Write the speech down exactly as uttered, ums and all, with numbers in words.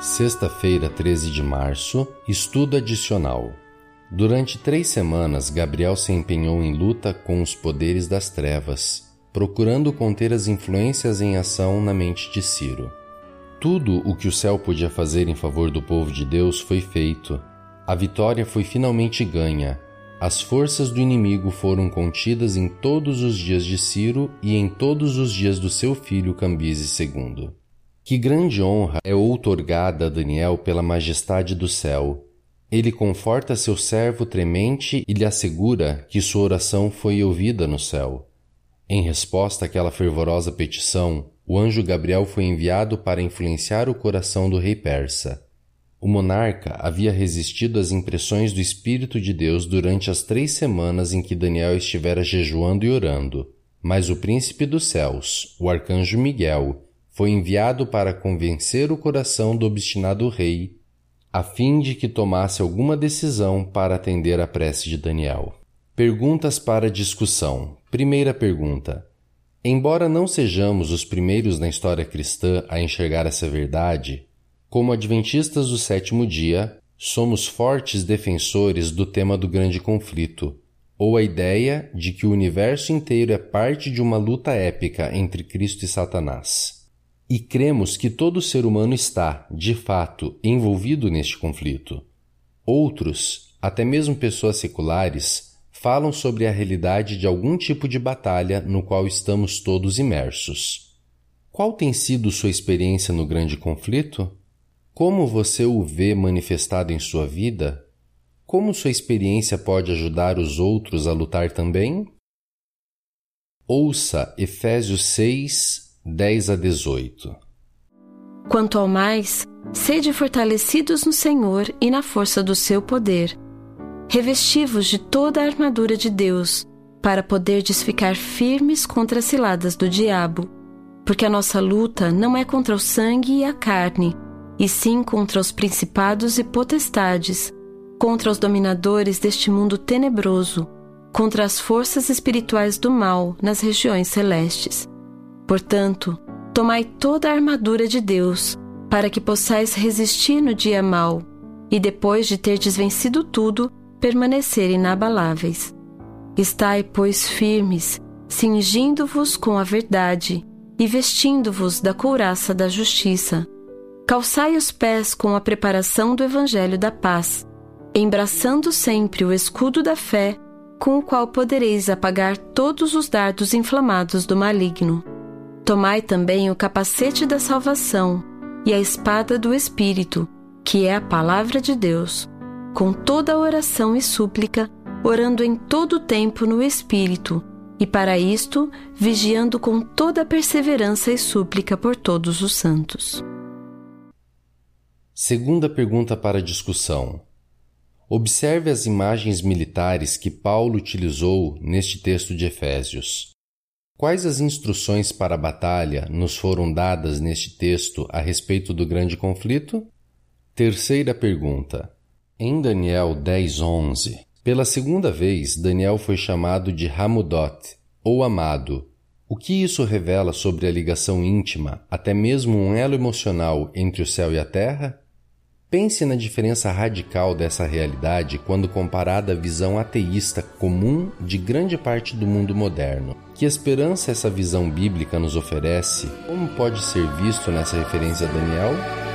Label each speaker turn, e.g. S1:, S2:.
S1: Sexta-feira, treze de março, estudo adicional. Durante três semanas, Gabriel se empenhou em luta com os poderes das trevas, procurando conter as influências em ação na mente de Ciro. Tudo o que o céu podia fazer em favor do povo de Deus foi feito. A vitória foi finalmente ganha. As forças do inimigo foram contidas em todos os dias de Ciro e em todos os dias do seu filho Cambises segundo. Que grande honra é outorgada a Daniel pela majestade do céu. Ele conforta seu servo tremente e lhe assegura que sua oração foi ouvida no céu. Em resposta àquela fervorosa petição, o anjo Gabriel foi enviado para influenciar o coração do rei persa. O monarca havia resistido às impressões do Espírito de Deus durante as três semanas em que Daniel estivera jejuando e orando, mas o príncipe dos céus, o arcanjo Miguel, foi enviado para convencer o coração do obstinado rei, a fim de que tomasse alguma decisão para atender à prece de Daniel. Perguntas para discussão. Primeira pergunta. Embora não sejamos os primeiros na história cristã a enxergar essa verdade, como adventistas do sétimo dia, somos fortes defensores do tema do grande conflito, ou a ideia de que o universo inteiro é parte de uma luta épica entre Cristo e Satanás. E cremos que todo ser humano está, de fato, envolvido neste conflito. Outros, até mesmo pessoas seculares, falam sobre a realidade de algum tipo de batalha no qual estamos todos imersos. Qual tem sido sua experiência no grande conflito? Como você o vê manifestado em sua vida? Como sua experiência pode ajudar os outros a lutar também? Ouça Efésios seis, dez a dezoito.
S2: Quanto ao mais, sede fortalecidos no Senhor e na força do seu poder. Revesti-vos de toda a armadura de Deus, para poderdes ficar firmes contra as ciladas do diabo. Porque a nossa luta não é contra o sangue e a carne, e sim contra os principados e potestades, contra os dominadores deste mundo tenebroso, contra as forças espirituais do mal nas regiões celestes. Portanto, tomai toda a armadura de Deus, para que possais resistir no dia mau, e depois de terdes vencido tudo, permanecer inabaláveis. Estai, pois, firmes, cingindo-vos com a verdade, e vestindo-vos da couraça da justiça. Calçai os pés com a preparação do evangelho da paz, embraçando sempre o escudo da fé, com o qual podereis apagar todos os dardos inflamados do maligno. Tomai também o capacete da salvação e a espada do Espírito, que é a palavra de Deus, com toda a oração e súplica, orando em todo o tempo no Espírito, e para isto, vigiando com toda a perseverança e súplica por todos os santos.
S1: Segunda pergunta para discussão. Observe as imagens militares que Paulo utilizou neste texto de Efésios. Quais as instruções para a batalha nos foram dadas neste texto a respeito do grande conflito? Terceira pergunta. Em Daniel dez, onze, pela segunda vez, Daniel foi chamado de Hamudot, ou amado. O que isso revela sobre a ligação íntima, até mesmo um elo emocional entre o céu e a terra? Pense na diferença radical dessa realidade quando comparada à visão ateísta comum de grande parte do mundo moderno. Que esperança essa visão bíblica nos oferece? Como pode ser visto nessa referência a Daniel?